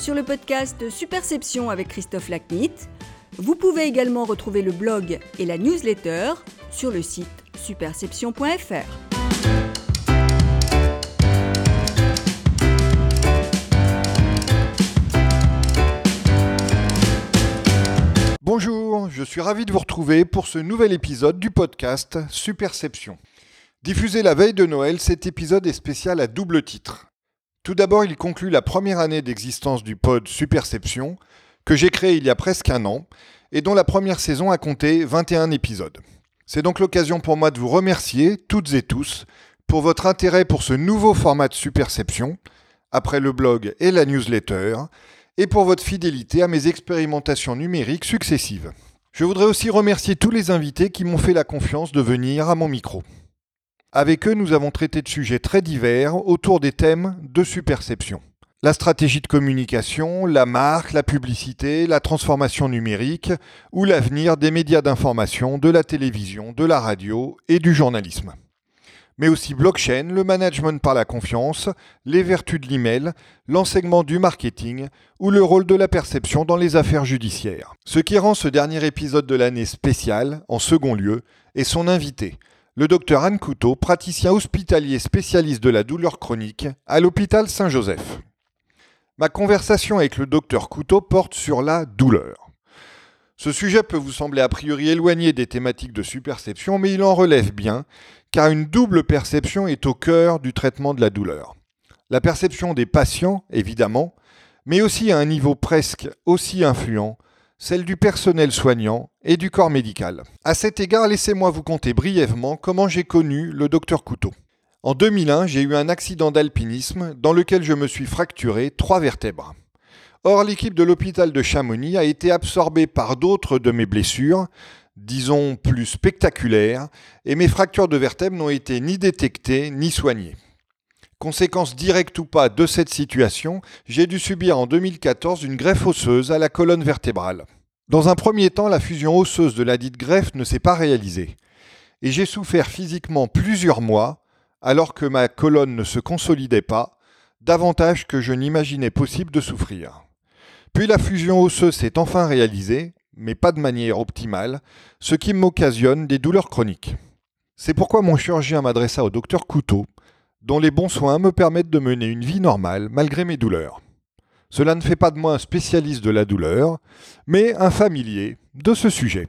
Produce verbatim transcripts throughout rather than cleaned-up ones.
sur le podcast Superception avec Christophe Lacnit. Vous pouvez également retrouver le blog et la newsletter sur le site superception point f r. Bonjour, je suis ravi de vous retrouver pour ce nouvel épisode du podcast Superception. Diffusé la veille de Noël, cet épisode est spécial à double titre. Tout d'abord, il conclut la première année d'existence du pod Superception, que j'ai créé il y a presque un an, et dont la première saison a compté vingt et un épisodes. C'est donc l'occasion pour moi de vous remercier, toutes et tous, pour votre intérêt pour ce nouveau format de Superception, après le blog et la newsletter, et pour votre fidélité à mes expérimentations numériques successives. Je voudrais aussi remercier tous les invités qui m'ont fait la confiance de venir à mon micro. Avec eux, nous avons traité de sujets très divers autour des thèmes de Superception. La stratégie de communication, la marque, la publicité, la transformation numérique ou l'avenir des médias d'information, de la télévision, de la radio et du journalisme. Mais aussi blockchain, le management par la confiance, les vertus de l'email, l'enseignement du marketing ou le rôle de la perception dans les affaires judiciaires. Ce qui rend ce dernier épisode de l'année spécial, en second lieu, est son invité, le docteur Anne Couteau, praticien hospitalier spécialiste de la douleur chronique à l'hôpital Saint-Joseph. Ma conversation avec le docteur Couteau porte sur la douleur. Ce sujet peut vous sembler a priori éloigné des thématiques de Superception, mais il en relève bien, car une double perception est au cœur du traitement de la douleur. La perception des patients, évidemment, mais aussi à un niveau presque aussi influent, celle du personnel soignant et du corps médical. À cet égard, laissez-moi vous conter brièvement comment j'ai connu le docteur Couteau. En deux mille un, j'ai eu un accident d'alpinisme dans lequel je me suis fracturé trois vertèbres. Or, l'équipe de l'hôpital de Chamonix a été absorbée par d'autres de mes blessures, disons plus spectaculaires, et mes fractures de vertèbres n'ont été ni détectées ni soignées. Conséquence directe ou pas de cette situation, j'ai dû subir en deux mille quatorze une greffe osseuse à la colonne vertébrale. Dans un premier temps, la fusion osseuse de la dite greffe ne s'est pas réalisée, et j'ai souffert physiquement plusieurs mois, alors que ma colonne ne se consolidait pas, davantage que je n'imaginais possible de souffrir. Puis la fusion osseuse s'est enfin réalisée, mais pas de manière optimale, ce qui m'occasionne des douleurs chroniques. C'est pourquoi mon chirurgien m'adressa au docteur Couteau, dont les bons soins me permettent de mener une vie normale malgré mes douleurs. Cela ne fait pas de moi un spécialiste de la douleur, mais un familier de ce sujet.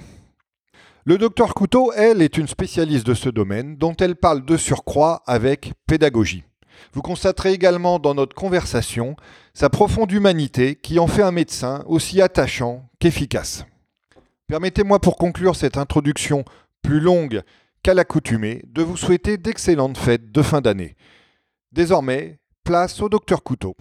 Le docteur Couteau, elle, est une spécialiste de ce domaine, dont elle parle de surcroît avec pédagogie. Vous constaterez également dans notre conversation sa profonde humanité qui en fait un médecin aussi attachant qu'efficace. Permettez-moi pour conclure cette introduction plus longue qu'à l'accoutumée de vous souhaiter d'excellentes fêtes de fin d'année. Désormais, place au docteur Couteau.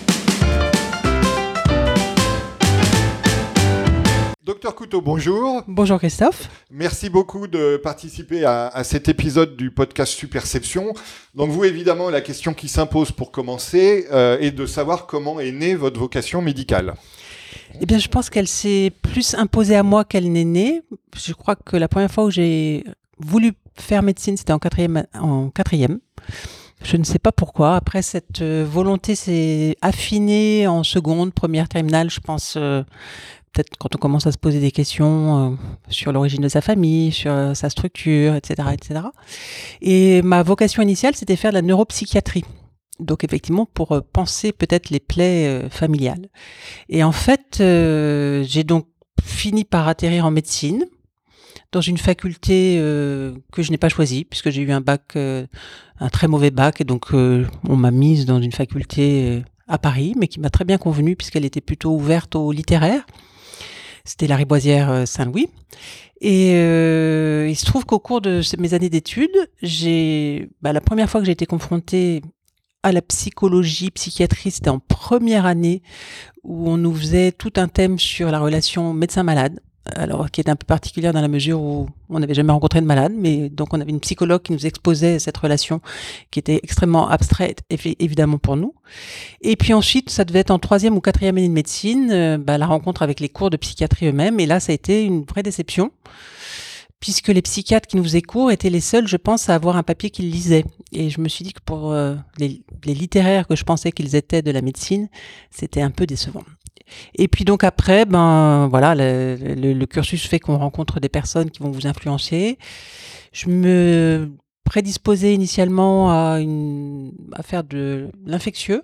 Docteur Couteau, bonjour. Bonjour Christophe. Merci beaucoup de participer à, à cet épisode du podcast Superception. Donc vous, évidemment, la question qui s'impose pour commencer euh, est de savoir comment est née votre vocation médicale. Eh bien, je pense qu'elle s'est plus imposée à moi qu'elle n'est née. Je crois que la première fois où j'ai voulu faire médecine, c'était en quatrième. En quatrième. Je ne sais pas pourquoi. Après, cette volonté s'est affinée en seconde, première, terminale, je pense... Euh, Peut-être quand on commence à se poser des questions euh, sur l'origine de sa famille, sur euh, sa structure, et cetera, et cetera. Et ma vocation initiale, c'était faire de la neuropsychiatrie. Donc effectivement, pour euh, penser peut-être les plaies euh, familiales. Et en fait, euh, j'ai donc fini par atterrir en médecine, dans une faculté euh, que je n'ai pas choisie, puisque j'ai eu un bac, euh, un très mauvais bac, et donc euh, on m'a mise dans une faculté euh, à Paris, mais qui m'a très bien convenu, puisqu'elle était plutôt ouverte au littéraire. C'était la Riboisière Saint-Louis. Et euh, il se trouve qu'au cours de mes années d'études, j'ai, bah, la première fois que j'ai été confrontée à la psychologie, psychiatrie, c'était en première année où on nous faisait tout un thème sur la relation médecin-malade. Alors, qui était un peu particulière dans la mesure où on n'avait jamais rencontré de malade, mais donc on avait une psychologue qui nous exposait cette relation qui était extrêmement abstraite, évidemment pour nous. Et puis ensuite, ça devait être en troisième ou quatrième année de médecine, euh, bah, la rencontre avec les cours de psychiatrie eux-mêmes, et là, ça a été une vraie déception, puisque les psychiatres qui nous faisaient cours étaient les seuls, je pense, à avoir un papier qu'ils lisaient. Et je me suis dit que pour euh, les, les littéraires que je pensais qu'ils étaient de la médecine, c'était un peu décevant. Et puis donc après, ben voilà, le, le, le cursus fait qu'on rencontre des personnes qui vont vous influencer. Je me prédisposais initialement à, une, à faire de l'infectieux,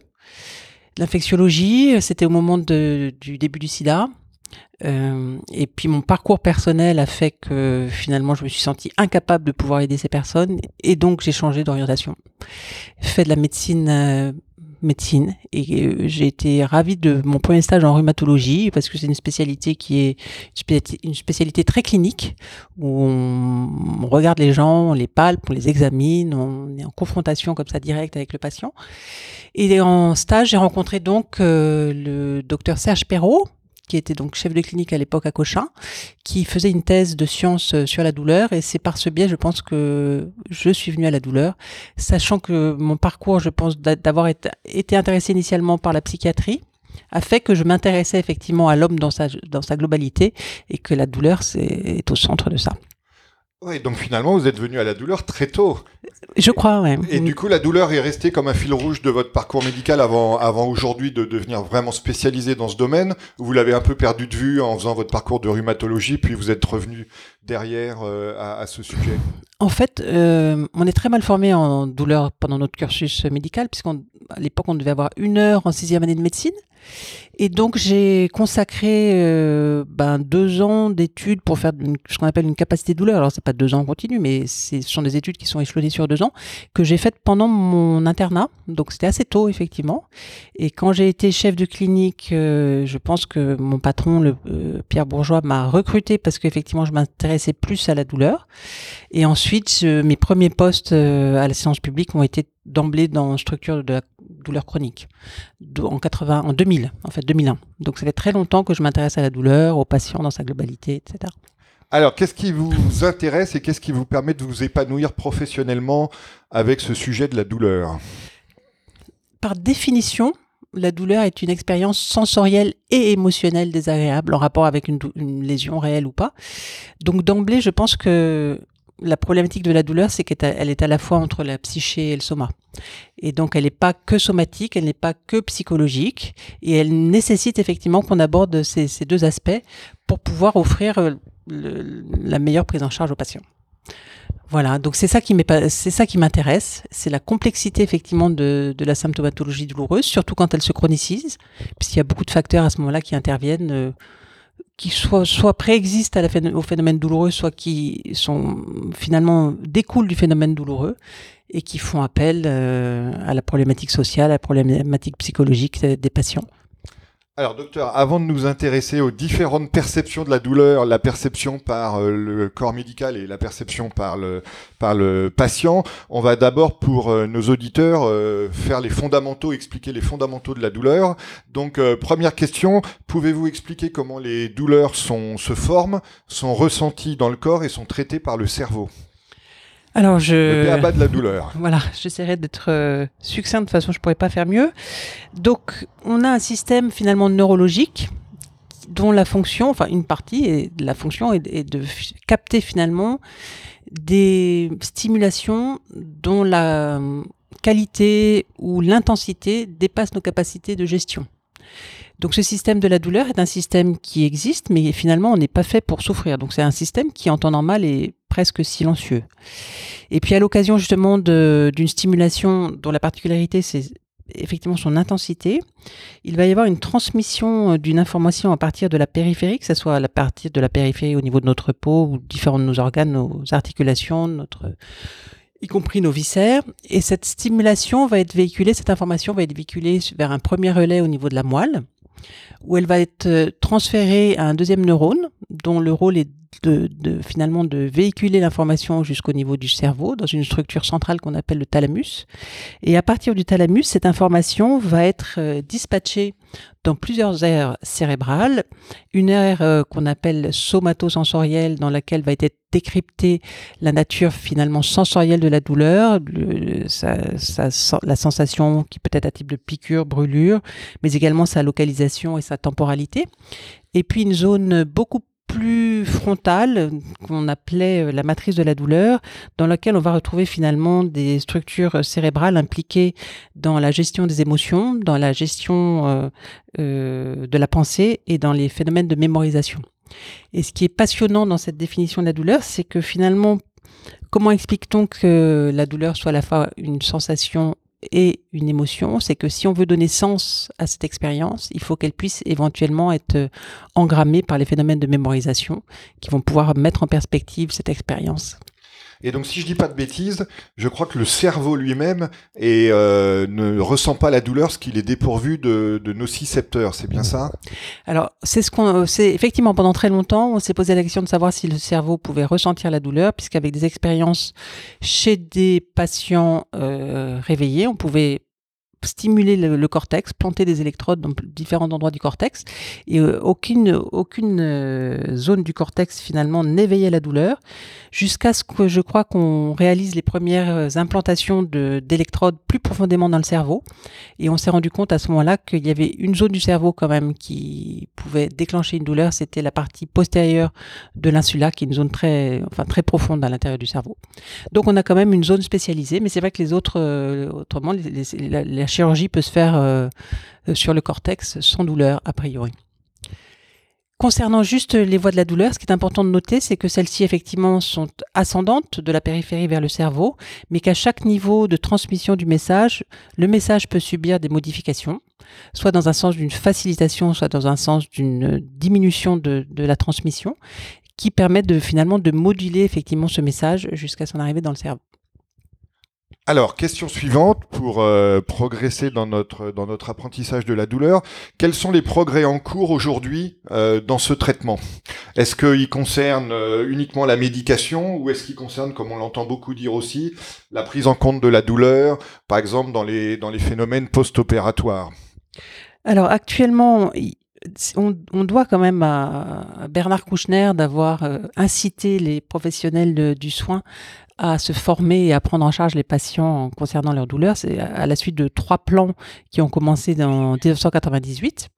l'infectiologie. C'était au moment de, du début du sida. Euh, et puis mon parcours personnel a fait que finalement je me suis sentie incapable de pouvoir aider ces personnes et donc j'ai changé d'orientation. Fait de la médecine, euh, médecine et euh, j'ai été ravie de mon premier stage en rhumatologie parce que c'est une spécialité qui est une spécialité très clinique où on, on regarde les gens, on les palpe, on les examine, on est en confrontation comme ça directe avec le patient. Et en stage, j'ai rencontré donc euh, le docteur Serge Perrault, qui était donc chef de clinique à l'époque à Cochin, qui faisait une thèse de sciences sur la douleur. Et c'est par ce biais, je pense, que je suis venue à la douleur, sachant que mon parcours, je pense, d'avoir été intéressée initialement par la psychiatrie, a fait que je m'intéressais effectivement à l'homme dans sa, dans sa globalité et que la douleur c'est, est au centre de ça. Oui, donc finalement, vous êtes venu à la douleur très tôt. Je crois, oui. Et, et du coup, la douleur est restée comme un fil rouge de votre parcours médical avant, avant aujourd'hui de devenir vraiment spécialisé dans ce domaine. Vous l'avez un peu perdu de vue en faisant votre parcours de rhumatologie, puis vous êtes revenu derrière euh, à, à ce sujet. En fait, euh, on est très mal formé en douleur pendant notre cursus médical, puisqu'à l'époque, on devait avoir une heure en sixième année de médecine. Et donc, j'ai consacré euh, ben, deux ans d'études pour faire une, ce qu'on appelle une capacité de douleur. Alors, c'est pas deux ans en continu, mais ce sont des études qui sont échelonnées sur deux ans, que j'ai faites pendant mon internat. Donc, c'était assez tôt, effectivement. Et quand j'ai été chef de clinique, euh, je pense que mon patron, le, euh, Pierre Bourgeois, m'a recruté parce qu'effectivement, je m'intéressais plus à la douleur. Et ensuite, je, mes premiers postes euh, à la séance publique ont été d'emblée dans une structure de la douleur chronique en quatre-vingts, en deux mille, en fait deux mille un. Donc ça fait très longtemps que je m'intéresse à la douleur, aux patients dans sa globalité, et cetera. Alors, qu'est-ce qui vous intéresse et qu'est-ce qui vous permet de vous épanouir professionnellement avec ce sujet de la douleur ? Par définition, la douleur est une expérience sensorielle et émotionnelle désagréable en rapport avec une, une lésion réelle ou pas. Donc d'emblée, je pense que la problématique de la douleur, c'est qu'elle est à la fois entre la psyché et le soma. Et donc, elle n'est pas que somatique, elle n'est pas que psychologique. Et elle nécessite effectivement qu'on aborde ces, ces deux aspects pour pouvoir offrir le, la meilleure prise en charge aux patients. Voilà, donc c'est ça qui m'est, c'est ça qui m'intéresse, c'est la complexité effectivement de, de la symptomatologie douloureuse, surtout quand elle se chronicise, puisqu'il y a beaucoup de facteurs à ce moment-là qui interviennent, euh, qui soit, soit préexistent à la, au phénomène douloureux, soit qui sont finalement découlent du phénomène douloureux et qui font appel euh, à la problématique sociale, à la problématique psychologique des patients. Alors docteur, avant de nous intéresser aux différentes perceptions de la douleur, la perception par euh, le corps médical et la perception par le, par le patient, on va d'abord pour euh, nos auditeurs euh, faire les fondamentaux, expliquer les fondamentaux de la douleur. Donc euh, première question, pouvez-vous expliquer comment les douleurs sont, se forment, sont ressenties dans le corps et sont traitées par le cerveau ? Alors je... Le B A B A de la douleur. Voilà, j'essaierai d'être euh, succinct, de toute façon je ne pourrais pas faire mieux. Donc on a un système finalement neurologique dont la fonction, enfin une partie et la fonction est, est de f- capter finalement des stimulations dont la qualité ou l'intensité dépasse nos capacités de gestion. Donc ce système de la douleur est un système qui existe, mais finalement on n'est pas fait pour souffrir. Donc c'est un système qui en temps normal est presque silencieux. Et puis à l'occasion justement de, d'une stimulation dont la particularité c'est effectivement son intensité, il va y avoir une transmission d'une information à partir de la périphérie, que ce soit à partir de la périphérie au niveau de notre peau ou différents de nos organes, nos articulations, notre... y compris nos viscères, et cette stimulation va être véhiculée, cette information va être véhiculée vers un premier relais au niveau de la moelle, où elle va être transférée à un deuxième neurone, dont le rôle est de, de finalement de véhiculer l'information jusqu'au niveau du cerveau, dans une structure centrale qu'on appelle le thalamus. Et à partir du thalamus, cette information va être dispatchée dans plusieurs aires cérébrales. Une aire euh, qu'on appelle somatosensorielle, dans laquelle va être décryptée la nature finalement sensorielle de la douleur, le, sa, sa, la sensation qui peut être à type de piqûre, brûlure, mais également sa localisation et sa temporalité. Et puis une zone beaucoup plus frontale qu'on appelait la matrice de la douleur, dans laquelle on va retrouver finalement des structures cérébrales impliquées dans la gestion des émotions, dans la gestion euh, euh, de la pensée et dans les phénomènes de mémorisation. Et ce qui est passionnant dans cette définition de la douleur, c'est que finalement, comment explique-t-on que la douleur soit à la fois une sensation et une émotion? C'est que si on veut donner sens à cette expérience, il faut qu'elle puisse éventuellement être engrammée par les phénomènes de mémorisation qui vont pouvoir mettre en perspective cette expérience. Et donc, si je dis pas de bêtises, je crois que le cerveau lui-même est, euh, ne ressent pas la douleur, parce qu'il est dépourvu de, de nocicepteurs. C'est bien ça? Alors, c'est ce qu'on, c'est effectivement pendant très longtemps, on s'est posé la question de savoir si le cerveau pouvait ressentir la douleur, puisqu'avec des expériences chez des patients euh, réveillés, on pouvait stimuler le, le cortex, planter des électrodes dans différents endroits du cortex, et euh, aucune, aucune euh, zone du cortex finalement n'éveillait la douleur, jusqu'à ce que je crois qu'on réalise les premières implantations de, d'électrodes plus profondément dans le cerveau, et on s'est rendu compte à ce moment-là qu'il y avait une zone du cerveau quand même qui pouvait déclencher une douleur, c'était la partie postérieure de l'insula, qui est une zone très, enfin, très profonde à l'intérieur du cerveau. Donc on a quand même une zone spécialisée, mais c'est vrai que les autres, euh, autrement, les, les, la, la chirurgie peut se faire euh, sur le cortex sans douleur, a priori. Concernant juste les voies de la douleur, ce qui est important de noter, c'est que celles-ci, effectivement, sont ascendantes de la périphérie vers le cerveau, mais qu'à chaque niveau de transmission du message, le message peut subir des modifications, soit dans un sens d'une facilitation, soit dans un sens d'une diminution de, de la transmission, qui permettent de, finalement de moduler effectivement ce message jusqu'à son arrivée dans le cerveau. Alors, question suivante, pour euh, progresser dans notre, dans notre apprentissage de la douleur. Quels sont les progrès en cours aujourd'hui euh, dans ce traitement? Est-ce qu'il concerne euh, uniquement la médication, ou est-ce qu'il concerne, comme on l'entend beaucoup dire aussi, la prise en compte de la douleur, par exemple dans les, dans les phénomènes post-opératoires? Alors, actuellement, on, on doit quand même à Bernard Kouchner d'avoir euh, incité les professionnels de, du soin à se former et à prendre en charge les patients concernant leur douleur. C'est à la suite de trois plans qui ont commencé en dix-neuf cent quatre-vingt-dix-huit.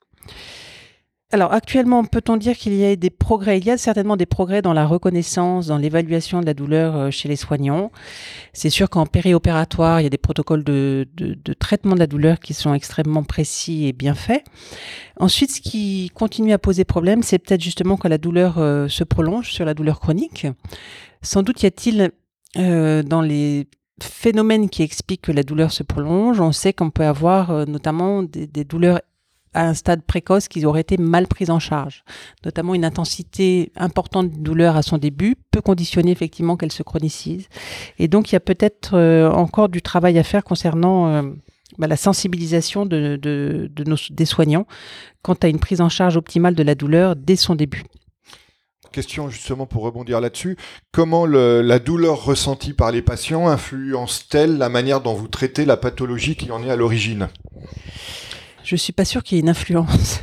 Alors actuellement, peut-on dire qu'il y a des progrès? Il y a certainement des progrès dans la reconnaissance, dans l'évaluation de la douleur chez les soignants. C'est sûr qu'en périopératoire, il y a des protocoles de, de, de traitement de la douleur qui sont extrêmement précis et bien faits. Ensuite, ce qui continue à poser problème, c'est peut-être justement quand la douleur euh, se prolonge sur la douleur chronique. Sans doute y a-t-il Euh, dans les phénomènes qui expliquent que la douleur se prolonge, on sait qu'on peut avoir euh, notamment des, des douleurs à un stade précoce qui auraient été mal prises en charge. Notamment une intensité importante de douleur à son début peut conditionner effectivement qu'elle se chronicise. Et donc il y a peut-être euh, encore du travail à faire concernant euh, bah, la sensibilisation de, de, de nos, des soignants quant à une prise en charge optimale de la douleur dès son début. Question justement pour rebondir là-dessus, comment le, la douleur ressentie par les patients influence-t-elle la manière dont vous traitez la pathologie qui en est à l'origine? Je ne suis pas sûre qu'il y ait une influence.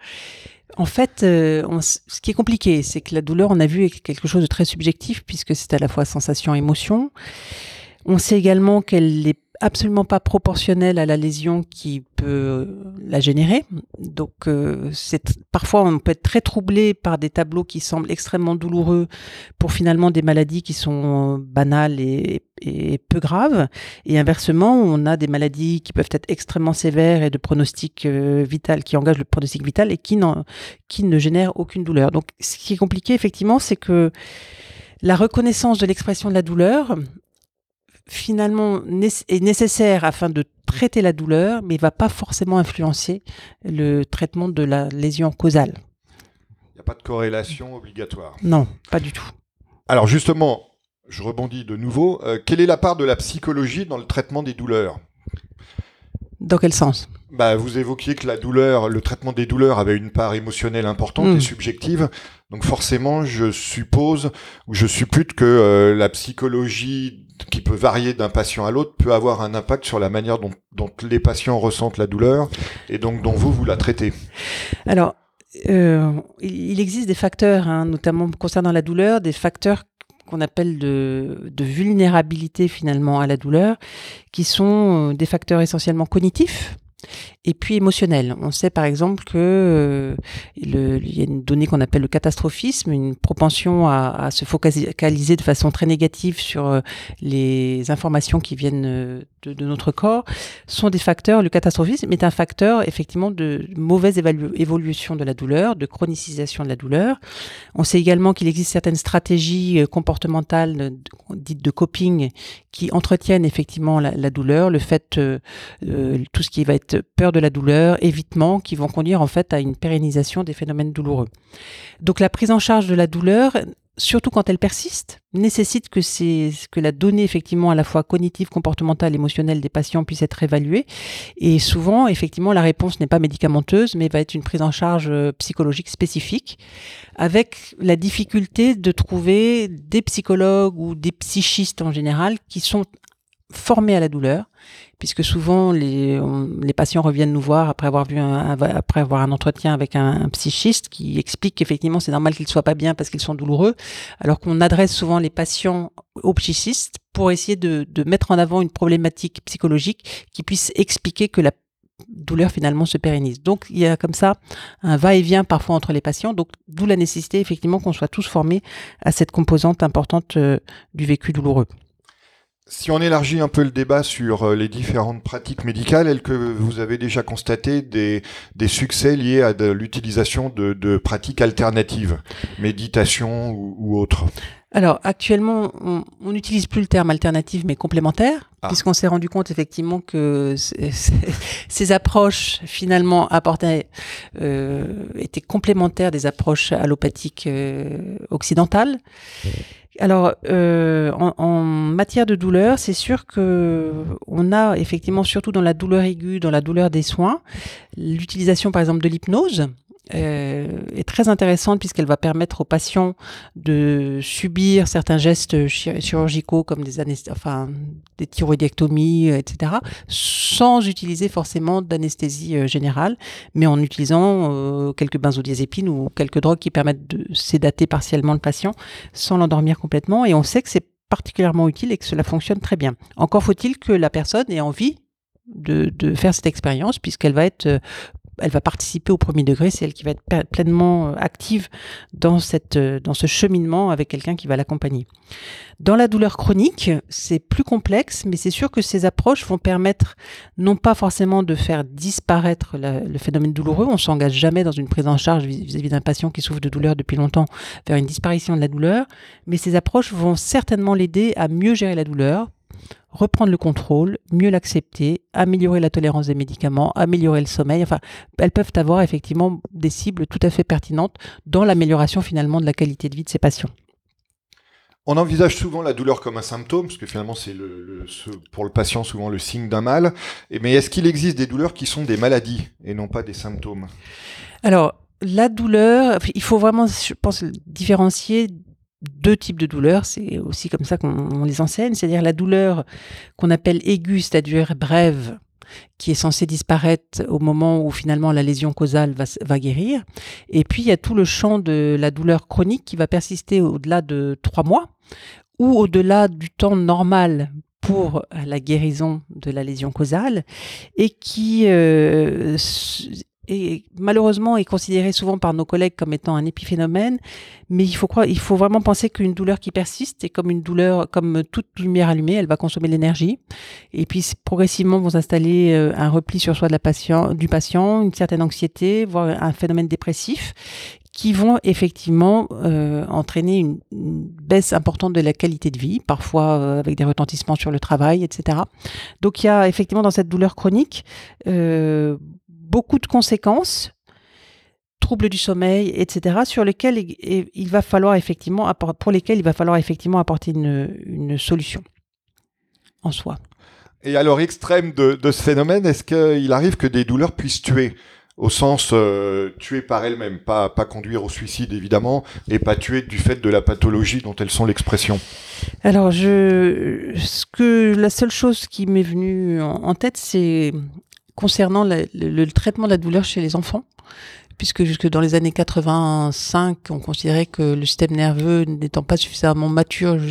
En fait, euh, on, ce qui est compliqué, c'est que la douleur, on a vu, est quelque chose de très subjectif, puisque c'est à la fois sensation et émotion. On sait également qu'elle n'est absolument pas proportionnelle à la lésion qui peut la générer. Donc, euh, c'est, parfois, on peut être très troublé par des tableaux qui semblent extrêmement douloureux pour finalement des maladies qui sont banales et, et peu graves. Et inversement, on a des maladies qui peuvent être extrêmement sévères et de pronostic euh, vital, qui engagent le pronostic vital et qui, n'en, qui ne génèrent aucune douleur. Donc, ce qui est compliqué, effectivement, c'est que la reconnaissance de l'expression de la douleur finalement est nécessaire afin de traiter la douleur, mais ne va pas forcément influencer le traitement de la lésion causale. Il n'y a pas de corrélation obligatoire. Non, pas du tout. Alors justement, je rebondis de nouveau. Euh, quelle est la part de la psychologie dans le traitement des douleurs? Dans quel sens? Bah, vous évoquiez que la douleur, le traitement des douleurs avait une part émotionnelle importante mmh. et subjective. Donc forcément, je suppose, ou je suppute que euh, la psychologie, qui peut varier d'un patient à l'autre, peut avoir un impact sur la manière dont, dont les patients ressentent la douleur et donc dont vous, vous la traitez. Alors, euh, il existe des facteurs, hein, notamment concernant la douleur, des facteurs qu'on appelle de, de vulnérabilité finalement à la douleur, qui sont des facteurs essentiellement cognitifs et puis émotionnel. On sait par exemple que euh, le, il y a une donnée qu'on appelle le catastrophisme, une propension à, à se focaliser de façon très négative sur euh, les informations qui viennent euh, de, de notre corps, sont des facteurs. Le catastrophisme est un facteur effectivement de mauvaise évalu- évolution de la douleur, de chronicisation de la douleur. On sait également qu'il existe certaines stratégies euh, comportementales euh, dites de coping qui entretiennent effectivement la, la douleur, le fait euh, euh, tout ce qui va être peur de la douleur, évitement, qui vont conduire en fait à une pérennisation des phénomènes douloureux. Donc la prise en charge de la douleur, surtout quand elle persiste, nécessite que, c'est, que la donnée effectivement à la fois cognitive, comportementale, émotionnelle des patients puisse être évaluée. Et souvent, effectivement, la réponse n'est pas médicamenteuse, mais va être une prise en charge psychologique spécifique, avec la difficulté de trouver des psychologues ou des psychistes en général qui sont formés à la douleur, puisque souvent les, on, les patients reviennent nous voir après avoir vu un, après avoir un entretien avec un, un psychiste qui explique qu'effectivement c'est normal qu'ils ne soient pas bien parce qu'ils sont douloureux, alors qu'on adresse souvent les patients aux psychistes pour essayer de, de mettre en avant une problématique psychologique qui puisse expliquer que la douleur finalement se pérennise. Donc il y a comme ça un va-et-vient parfois entre les patients, donc d'où la nécessité effectivement qu'on soit tous formés à cette composante importante euh, du vécu douloureux. Si on élargit un peu le débat sur les différentes pratiques médicales, est-ce que vous avez déjà constaté des, des succès liés à de l'utilisation de, de pratiques alternatives, méditation ou, ou autres ? Alors actuellement, on n'utilise plus le terme alternative mais complémentaire, ah. puisqu'on s'est rendu compte effectivement que c- c- ces approches finalement apportaient, euh, étaient complémentaires des approches allopathiques euh, occidentales. Alors, euh, en, en matière de douleur, c'est sûr que on a effectivement, surtout dans la douleur aiguë, dans la douleur des soins, l'utilisation par exemple de l'hypnose euh, est très intéressante puisqu'elle va permettre aux patients de subir certains gestes chirurgicaux comme des anesthésies, enfin des thyroïdectomies, et cetera, sans utiliser forcément d'anesthésie générale, mais en utilisant euh, quelques benzodiazépines ou quelques drogues qui permettent de sédater partiellement le patient sans l'endormir complètement. Et on sait que c'est particulièrement utile et que cela fonctionne très bien. Encore faut-il que la personne ait envie de, de faire cette expérience puisqu'elle va être... Euh, elle va participer au premier degré, c'est elle qui va être pleinement active dans, cette, dans ce cheminement avec quelqu'un qui va l'accompagner. Dans la douleur chronique, c'est plus complexe, mais c'est sûr que ces approches vont permettre non pas forcément de faire disparaître la, le phénomène douloureux, on ne s'engage jamais dans une prise en charge vis-à-vis d'un patient qui souffre de douleur depuis longtemps vers une disparition de la douleur, mais ces approches vont certainement l'aider à mieux gérer la douleur, reprendre le contrôle, mieux l'accepter, améliorer la tolérance des médicaments, améliorer le sommeil. Enfin, elles peuvent avoir effectivement des cibles tout à fait pertinentes dans l'amélioration finalement de la qualité de vie de ces patients. On envisage souvent la douleur comme un symptôme, parce que finalement c'est le, le, ce, pour le patient souvent le signe d'un mal. Et, mais est-ce qu'il existe des douleurs qui sont des maladies et non pas des symptômes ? Alors, la douleur, il faut vraiment, je pense, différencier deux types de douleurs, c'est aussi comme ça qu'on les enseigne, c'est-à-dire la douleur qu'on appelle aiguë, c'est-à-dire brève, qui est censée disparaître au moment où finalement la lésion causale va, va guérir. Et puis il y a tout le champ de la douleur chronique qui va persister au-delà de trois mois ou au-delà du temps normal pour la guérison de la lésion causale et qui... Euh, et malheureusement est considéré souvent par nos collègues comme étant un épiphénomène, mais il faut croire, il faut vraiment penser qu'une douleur qui persiste est comme une douleur, comme toute lumière allumée, elle va consommer de l'énergie, et puis progressivement vont s'installer un repli sur soi de la patient, du patient, une certaine anxiété, voire un phénomène dépressif, qui vont effectivement euh, entraîner une, une baisse importante de la qualité de vie, parfois euh, avec des retentissements sur le travail, et cetera. Donc il y a effectivement dans cette douleur chronique euh, beaucoup de conséquences, troubles du sommeil, et cetera, sur lesquels il, il va falloir effectivement, pour lesquels il va falloir effectivement apporter une, une solution en soi. Et à l'heure extrême de, de ce phénomène, est-ce qu'il arrive que des douleurs puissent tuer ? Au sens euh, tuer par elles-mêmes, pas, pas conduire au suicide évidemment, et pas tuer du fait de la pathologie dont elles sont l'expression. Alors, je, ce que, la seule chose qui m'est venue en, en tête, c'est concernant la, le, le traitement de la douleur chez les enfants, puisque jusque dans les années quatre-vingt-cinq, on considérait que le système nerveux n'étant pas suffisamment mature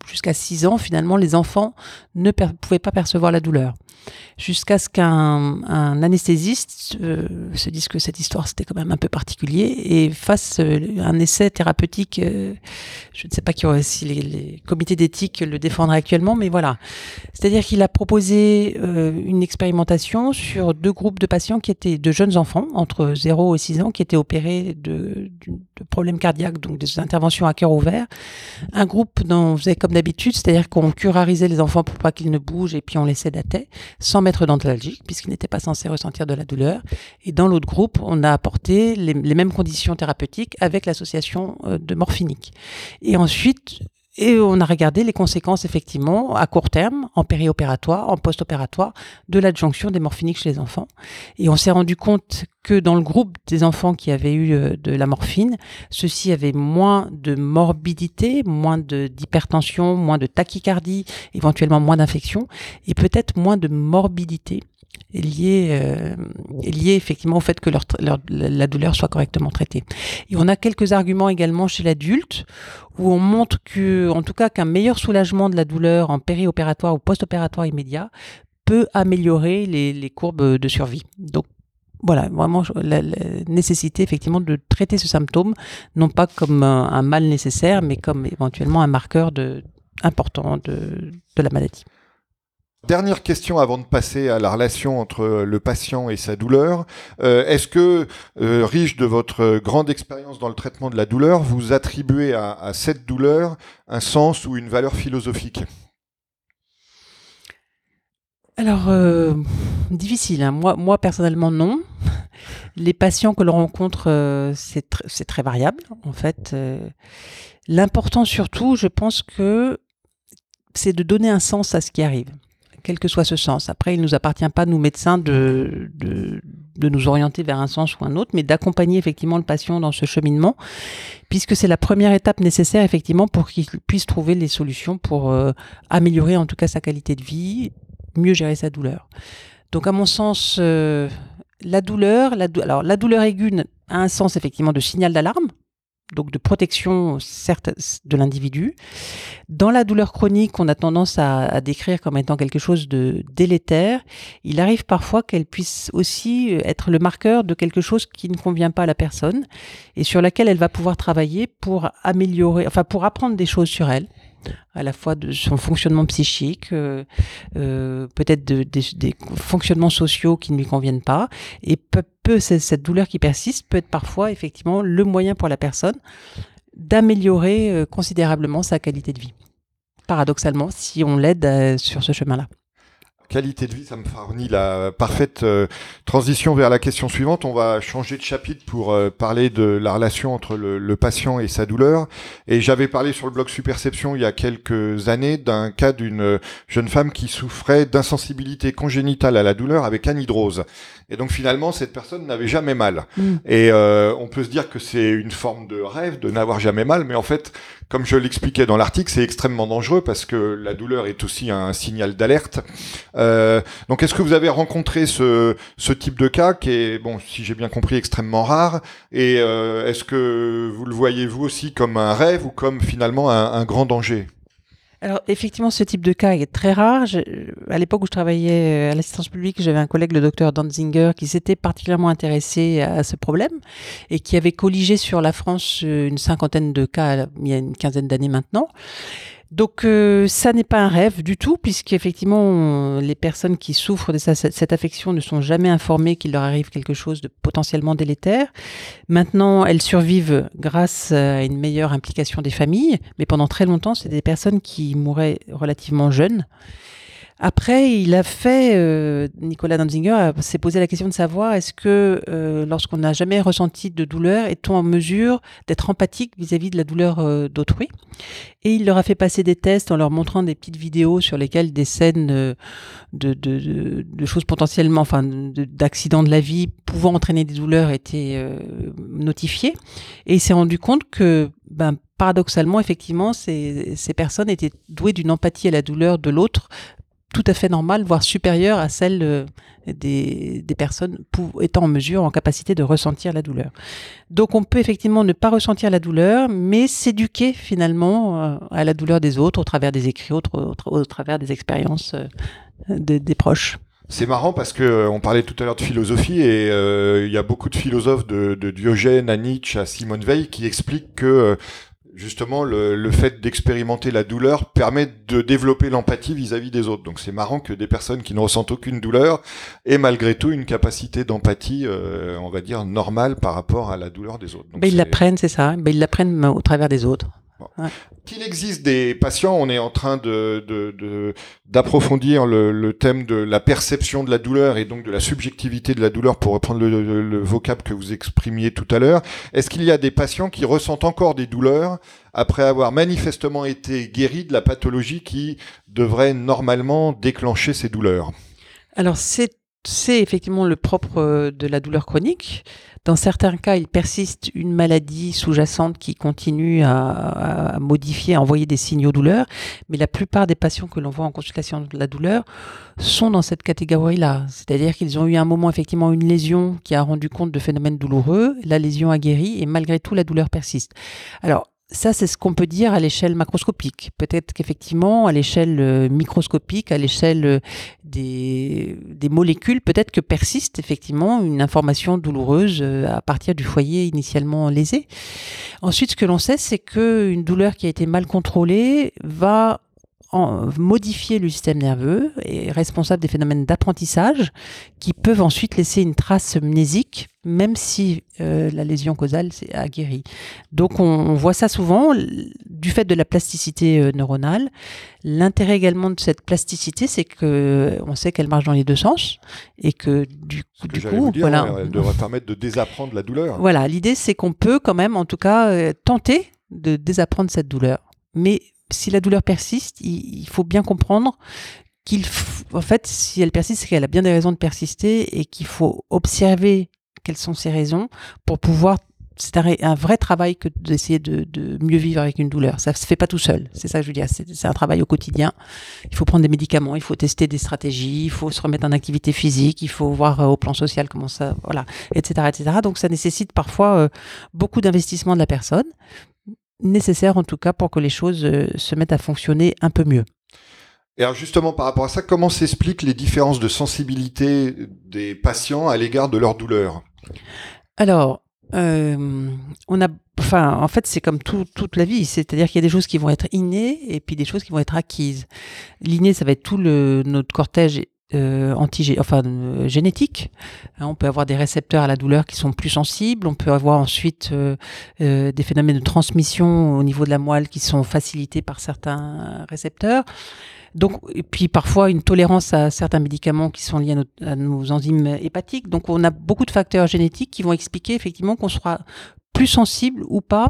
jusqu'à six ans, finalement, les enfants ne per- pouvaient pas percevoir la douleur. Jusqu'à ce qu'un un anesthésiste euh, se dise que cette histoire, c'était quand même un peu particulier et fasse euh, un essai thérapeutique. Euh, je ne sais pas qui aurait, si les, les comités d'éthique le défendraient actuellement, mais voilà. C'est-à-dire qu'il a proposé euh, une expérimentation sur deux groupes de patients qui étaient de jeunes enfants, entre zéro et six ans, qui étaient opérés de, de, de problèmes cardiaques, donc des interventions à cœur ouvert. Un groupe dont on faisait comme d'habitude, c'est-à-dire qu'on curarisait les enfants pour pas qu'ils ne bougent et puis on les sédatait, sans mettre d'antalgique, puisqu'ils n'étaient pas censés ressentir de la douleur. Et dans l'autre groupe, on a apporté les, les mêmes conditions thérapeutiques avec l'association euh, de morphinique. Et ensuite, et on a regardé les conséquences, effectivement, à court terme, en périopératoire, en post-opératoire, de l'adjonction des morphiniques chez les enfants. Et on s'est rendu compte que dans le groupe des enfants qui avaient eu de la morphine, ceux-ci avaient moins de morbidité, moins de, d'hypertension, moins de tachycardie, éventuellement moins d'infection, et peut-être moins de morbidité est lié, euh, est lié effectivement au fait que leur, leur, la douleur soit correctement traitée. Et on a quelques arguments également chez l'adulte où on montre que, en tout cas, qu'un meilleur soulagement de la douleur en périopératoire ou post-opératoire immédiat peut améliorer les, les courbes de survie. Donc, voilà, vraiment la, la nécessité effectivement de traiter ce symptôme, non pas comme un, un mal nécessaire, mais comme éventuellement un marqueur de, important de, de la maladie. Dernière question avant de passer à la relation entre le patient et sa douleur. Euh, est-ce que, euh, riche de votre grande expérience dans le traitement de la douleur, vous attribuez à, à cette douleur un sens ou une valeur philosophique ? Alors, euh, difficile. Hein. Moi, moi, personnellement, non. Les patients que l'on rencontre, euh, c'est, tr- c'est très variable, en fait. Euh, l'important surtout, je pense que c'est de donner un sens à ce qui arrive, quel que soit ce sens. Après, il ne nous appartient pas, nous médecins, de, de, de nous orienter vers un sens ou un autre, mais d'accompagner effectivement le patient dans ce cheminement, puisque c'est la première étape nécessaire effectivement pour qu'il puisse trouver les solutions pour euh, améliorer en tout cas sa qualité de vie, mieux gérer sa douleur. Donc à mon sens, euh, la douleur, la, dou- alors, la douleur aiguë a un sens effectivement de signal d'alarme, donc de protection certes de l'individu. Dans la douleur chronique, on a tendance à, à décrire comme étant quelque chose de délétère. Il arrive parfois qu'elle puisse aussi être le marqueur de quelque chose qui ne convient pas à la personne et sur laquelle elle va pouvoir travailler pour améliorer, enfin pour apprendre des choses sur elle, à la fois de son fonctionnement psychique, euh, euh, peut-être de, de, des fonctionnements sociaux qui ne lui conviennent pas. Et peu, peu, cette douleur qui persiste peut être parfois effectivement le moyen pour la personne d'améliorer euh, considérablement sa qualité de vie. Paradoxalement, si on l'aide euh, sur ce chemin-là. Qualité de vie, ça me fournit la parfaite euh, transition vers la question suivante. On va changer de chapitre pour euh, parler de la relation entre le, le patient et sa douleur. Et j'avais parlé sur le blog Superception il y a quelques années d'un cas d'une jeune femme qui souffrait d'insensibilité congénitale à la douleur avec anhydrose. Et donc finalement, cette personne n'avait jamais mal. Mmh. Et euh, on peut se dire que c'est une forme de rêve de n'avoir jamais mal, mais en fait, comme je l'expliquais dans l'article, c'est extrêmement dangereux parce que la douleur est aussi un signal d'alerte. Euh, donc, est-ce que vous avez rencontré ce, ce type de cas qui est, bon, si j'ai bien compris, extrêmement rare? Et euh, est-ce que vous le voyez vous aussi comme un rêve ou comme finalement un, un grand danger? Alors, effectivement, ce type de cas est très rare. Je, à l'époque où je travaillais à l'assistance publique, j'avais un collègue, le docteur Danzinger, qui s'était particulièrement intéressé à ce problème et qui avait colligé sur la France une cinquantaine de cas il y a une quinzaine d'années maintenant. Donc, euh, ça n'est pas un rêve du tout, puisqu'effectivement, les personnes qui souffrent de cette affection ne sont jamais informées qu'il leur arrive quelque chose de potentiellement délétère. Maintenant, elles survivent grâce à une meilleure implication des familles, mais pendant très longtemps, c'est des personnes qui mouraient relativement jeunes. Après, il a fait, euh, Nicolas Danzinger s'est posé la question de savoir est-ce que euh, lorsqu'on n'a jamais ressenti de douleur, est-on en mesure d'être empathique vis-à-vis de la douleur euh, d'autrui? Et il leur a fait passer des tests en leur montrant des petites vidéos sur lesquelles des scènes euh, de, de, de, de choses potentiellement, enfin de, d'accidents de la vie pouvant entraîner des douleurs étaient euh, notifiées. Et il s'est rendu compte que, ben, paradoxalement, effectivement, ces, ces personnes étaient douées d'une empathie à la douleur de l'autre, tout à fait normale, voire supérieure à celle euh, des, des personnes pour, étant en mesure, en capacité de ressentir la douleur. Donc on peut effectivement ne pas ressentir la douleur, mais s'éduquer finalement euh, à la douleur des autres au travers des écrits, au, au, au travers des expériences euh, de, des proches. C'est marrant parce que euh, on parlait tout à l'heure de philosophie et il euh, y a beaucoup de philosophes de, de Diogène à Nietzsche à Simone Weil qui expliquent que euh, justement le, le fait d'expérimenter la douleur permet de développer l'empathie vis-à-vis des autres. Donc c'est marrant que des personnes qui ne ressentent aucune douleur aient malgré tout une capacité d'empathie, euh, on va dire, normale par rapport à la douleur des autres. Donc ben, ils c'est... l'apprennent, c'est ça. Ben, ils l'apprennent au travers des autres. Bon. Ouais. Qu'il existe des patients, on est en train de, de, de d'approfondir le, le thème de la perception de la douleur et donc de la subjectivité de la douleur pour reprendre le, le, le vocable que vous exprimiez tout à l'heure. Est-ce qu'il y a des patients qui ressentent encore des douleurs après avoir manifestement été guéris de la pathologie qui devrait normalement déclencher ces douleurs ? Alors c'est c'est effectivement le propre de la douleur chronique. Dans certains cas, il persiste une maladie sous-jacente qui continue à, à modifier, à envoyer des signaux douleurs. Mais la plupart des patients que l'on voit en consultation de la douleur sont dans cette catégorie-là. C'est-à-dire qu'ils ont eu à un moment effectivement une lésion qui a rendu compte de phénomènes douloureux. La lésion a guéri et malgré tout, la douleur persiste. Alors, ça, c'est ce qu'on peut dire à l'échelle macroscopique. Peut-être qu'effectivement, à l'échelle euh, microscopique, à l'échelle euh, des, des molécules, peut-être que persiste effectivement une information douloureuse euh, à partir du foyer initialement lésé. Ensuite, ce que l'on sait, c'est qu'une douleur qui a été mal contrôlée va en modifier le système nerveux et est responsable des phénomènes d'apprentissage qui peuvent ensuite laisser une trace mnésique, même si euh, la lésion causale a guéri. Donc on, on voit ça souvent du fait de la plasticité euh, neuronale. L'intérêt également de cette plasticité, c'est que on sait qu'elle marche dans les deux sens et que du, que du coup, coup, dire, voilà, ouais, elle devrait permettre de désapprendre la douleur. Voilà, l'idée c'est qu'on peut quand même, en tout cas, euh, tenter de désapprendre cette douleur, mais si la douleur persiste, il faut bien comprendre qu'il f... en fait, si elle persiste, c'est qu'elle a bien des raisons de persister et qu'il faut observer quelles sont ces raisons pour pouvoir... C'est un, un vrai travail que d'essayer de, de mieux vivre avec une douleur. Ça ne se fait pas tout seul. C'est ça que je veux dire. C'est, c'est un travail au quotidien. Il faut prendre des médicaments, il faut tester des stratégies, il faut se remettre en activité physique, il faut voir euh, au plan social comment ça... Voilà, et cetera, et cetera. Donc ça nécessite parfois euh, beaucoup d'investissement de la personne, nécessaire en tout cas pour que les choses euh, se mettent à fonctionner un peu mieux. Et alors justement par rapport à ça, comment s'expliquent les différences de sensibilité des patients à l'égard de leur douleur ? Alors, euh, on a, enfin, en fait, c'est comme tout, toute la vie, c'est-à-dire qu'il y a des choses qui vont être innées et puis des choses qui vont être acquises. L'inné, ça va être tout le, notre cortège Euh, anti, enfin euh, génétique. Hein, on peut avoir des récepteurs à la douleur qui sont plus sensibles. On peut avoir ensuite euh, euh, des phénomènes de transmission au niveau de la moelle qui sont facilités par certains récepteurs. Donc, et puis parfois une tolérance à certains médicaments qui sont liés à, notre, à nos enzymes hépatiques. Donc, on a beaucoup de facteurs génétiques qui vont expliquer effectivement qu'on sera plus sensible ou pas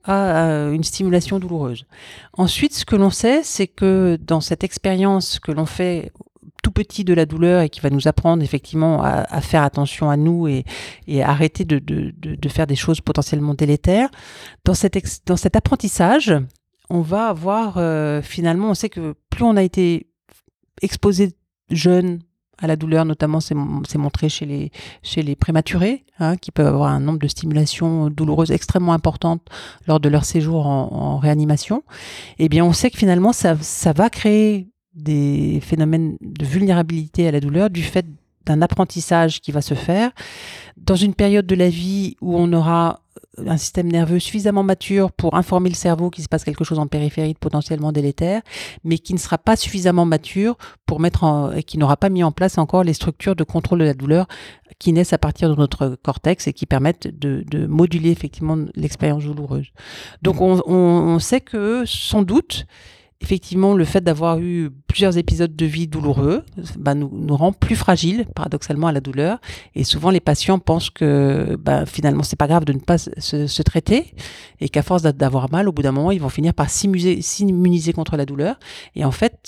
à une stimulation douloureuse. Ensuite, ce que l'on sait, c'est que dans cette expérience que l'on fait tout petit de la douleur et qui va nous apprendre effectivement à, à faire attention à nous et, et à arrêter de, de, de, de faire des choses potentiellement délétères. Dans cet, ex, dans cet apprentissage, on va avoir euh, finalement, on sait que plus on a été exposé jeune à la douleur, notamment c'est, c'est montré chez les, chez les prématurés, hein, qui peuvent avoir un nombre de stimulations douloureuses extrêmement importantes lors de leur séjour en, en réanimation, eh bien on sait que finalement ça, ça va créer des phénomènes de vulnérabilité à la douleur du fait d'un apprentissage qui va se faire dans une période de la vie où on aura un système nerveux suffisamment mature pour informer le cerveau qu'il se passe quelque chose en périphérie de potentiellement délétère, mais qui ne sera pas suffisamment mature pour mettre en, et qui n'aura pas mis en place encore les structures de contrôle de la douleur qui naissent à partir de notre cortex et qui permettent de, de moduler effectivement l'expérience douloureuse. Donc on, on, on sait que sans doute effectivement, le fait d'avoir eu plusieurs épisodes de vie douloureux bah, nous, nous rend plus fragiles, paradoxalement, à la douleur. Et souvent, les patients pensent que bah, finalement, c'est pas grave de ne pas se, se traiter et qu'à force d'avoir mal, au bout d'un moment, ils vont finir par s'immuniser, s'immuniser contre la douleur. Et en fait,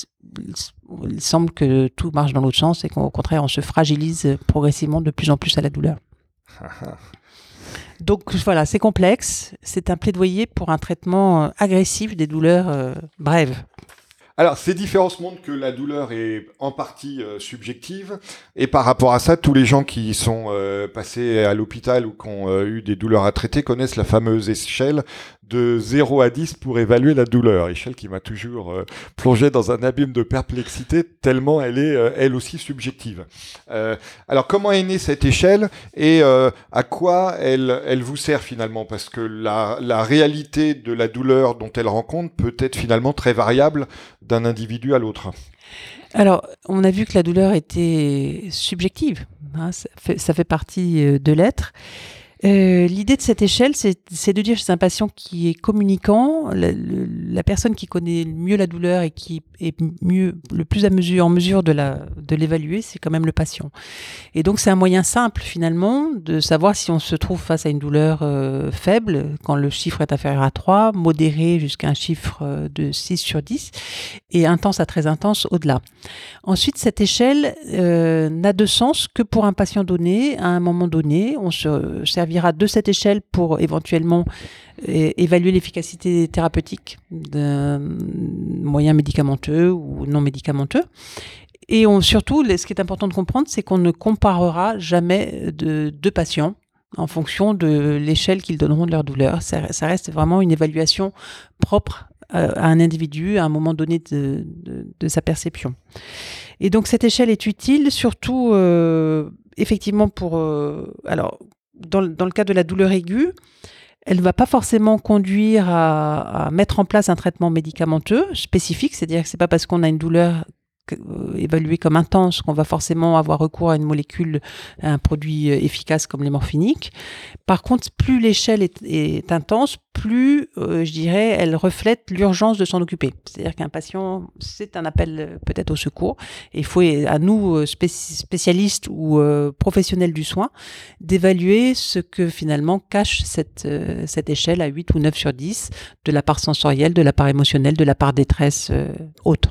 il semble que tout marche dans l'autre sens et qu'au contraire, on se fragilise progressivement de plus en plus à la douleur. Donc voilà, c'est complexe. C'est un plaidoyer pour un traitement agressif des douleurs euh, brèves. Alors, ces différences montrent que la douleur est en partie euh, subjective. Et par rapport à ça, tous les gens qui sont euh, passés à l'hôpital ou qui ont euh, eu des douleurs à traiter connaissent la fameuse échelle de zéro à dix pour évaluer la douleur. Échelle qui m'a toujours euh, plongé dans un abîme de perplexité tellement elle est, euh, elle aussi, subjective. Euh, alors, comment est née cette échelle et euh, à quoi elle, elle vous sert finalement? Parce que la, la réalité de la douleur dont elle rend compte peut être finalement très variable d'un individu à l'autre. Alors, on a vu que la douleur était subjective, hein, ça, fait, ça fait partie de l'être. Euh, l'idée de cette échelle, c'est, c'est de dire chez un patient qui est communicant, la, le, la personne qui connaît mieux la douleur et qui est mieux, le plus à mesure, en mesure de, la, de l'évaluer, c'est quand même le patient. Et donc, c'est un moyen simple, finalement, de savoir si on se trouve face à une douleur euh, faible, quand le chiffre est inférieur à trois, modéré jusqu'à un chiffre de six sur dix, et intense à très intense au-delà. Ensuite, cette échelle euh, n'a de sens que pour un patient donné, à un moment donné. On se servira de cette échelle pour éventuellement é- évaluer l'efficacité thérapeutique d'un moyen médicamenteux ou non médicamenteux. Et on, surtout, ce qui est important de comprendre, c'est qu'on ne comparera jamais de deux patients en fonction de l'échelle qu'ils donneront de leur douleur. Ça, ça reste vraiment une évaluation propre à un individu à un moment donné de, de, de sa perception. Et donc cette échelle est utile surtout euh, effectivement pour... Euh, alors, dans, dans le cas de la douleur aiguë, elle ne va pas forcément conduire à, à mettre en place un traitement médicamenteux spécifique, c'est-à-dire que ce n'est pas parce qu'on a une douleur évaluée comme intense qu'on va forcément avoir recours à une molécule, à un produit efficace comme les morphiniques. Par contre, plus l'échelle est, est intense, plus, euh, je dirais, elle reflète l'urgence de s'en occuper. C'est-à-dire qu'un patient, c'est un appel peut-être au secours. Et il faut, à nous, spécialistes ou euh, professionnels du soin, d'évaluer ce que finalement cache cette, euh, cette échelle à huit ou neuf sur dix, de la part sensorielle, de la part émotionnelle, de la part détresse euh, autre.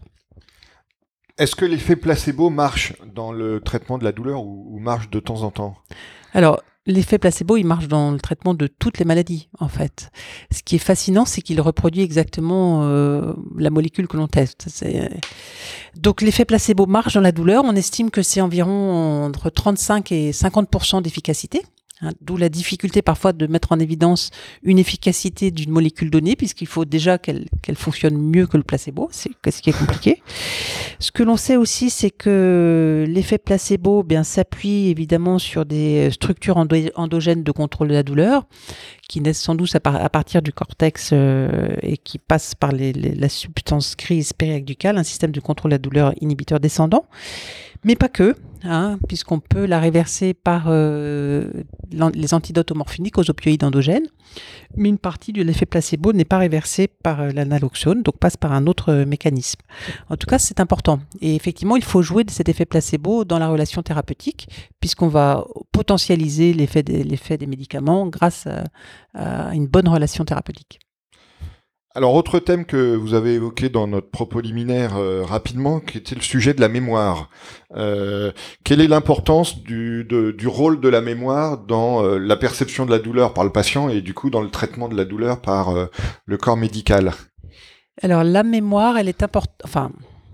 Est-ce que l'effet placebo marche dans le traitement de la douleur ou, ou marche de temps en temps? Alors, l'effet placebo, il marche dans le traitement de toutes les maladies, en fait. Ce qui est fascinant, c'est qu'il reproduit exactement euh, la molécule que l'on teste. C'est... Donc, l'effet placebo marche dans la douleur. On estime que c'est environ entre trente-cinq et cinquante pour cent d'efficacité. Hein, d'où la difficulté parfois de mettre en évidence une efficacité d'une molécule donnée, puisqu'il faut déjà qu'elle, qu'elle fonctionne mieux que le placebo, c'est ce qui est compliqué. Ce que l'on sait aussi, c'est que l'effet placebo bien, s'appuie évidemment sur des structures endo- endogènes de contrôle de la douleur, qui naissent sans doute à, par- à partir du cortex euh, et qui passent par les, les, la substance grise périaqueducale, un système de contrôle de la douleur inhibiteur descendant. Mais pas que, hein, puisqu'on peut la réverser par euh, les antidotes aux morphiniques, aux opioïdes endogènes. Mais une partie de l'effet placebo n'est pas réversée par euh, l'analoxone, donc passe par un autre euh, mécanisme. En tout cas, c'est important. Et effectivement, il faut jouer de cet effet placebo dans la relation thérapeutique, puisqu'on va potentialiser l'effet des, l'effet des médicaments grâce à, à une bonne relation thérapeutique. Alors, autre thème que vous avez évoqué dans notre propos liminaire euh, rapidement, qui était le sujet de la mémoire. Euh, quelle est l'importance du, de, du rôle de la mémoire dans euh, la perception de la douleur par le patient et du coup dans le traitement de la douleur par euh, le corps médical? Alors, la mémoire, elle est importante. Enfin,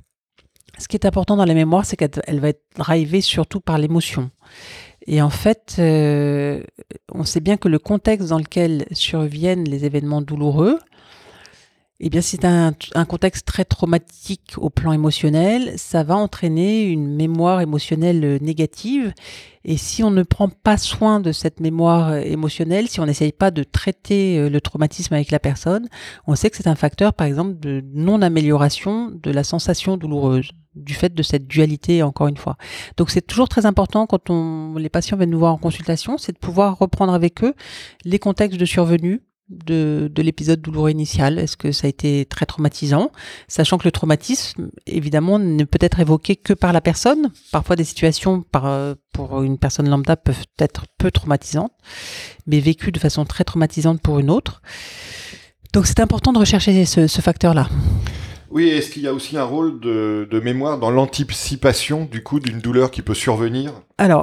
ce qui est important dans la mémoire, c'est qu'elle elle va être drivée surtout par l'émotion. Et en fait, euh, on sait bien que le contexte dans lequel surviennent les événements douloureux, eh bien, c'est un, un contexte très traumatique au plan émotionnel. Ça va entraîner une mémoire émotionnelle négative. Et si on ne prend pas soin de cette mémoire émotionnelle, si on n'essaye pas de traiter le traumatisme avec la personne, on sait que c'est un facteur, par exemple, de non-amélioration de la sensation douloureuse, du fait de cette dualité, encore une fois. Donc, c'est toujours très important quand on, les patients viennent nous voir en consultation, c'est de pouvoir reprendre avec eux les contextes de survenue, De, de l'épisode douloureux initial. Est-ce que ça a été très traumatisant? Sachant que le traumatisme, évidemment, ne peut être évoqué que par la personne. Parfois, des situations par, pour une personne lambda peuvent être peu traumatisantes, mais vécues de façon très traumatisante pour une autre. Donc, c'est important de rechercher ce, ce facteur-là. Oui, est-ce qu'il y a aussi un rôle de, de mémoire dans l'anticipation, du coup, d'une douleur qui peut survenir? Alors,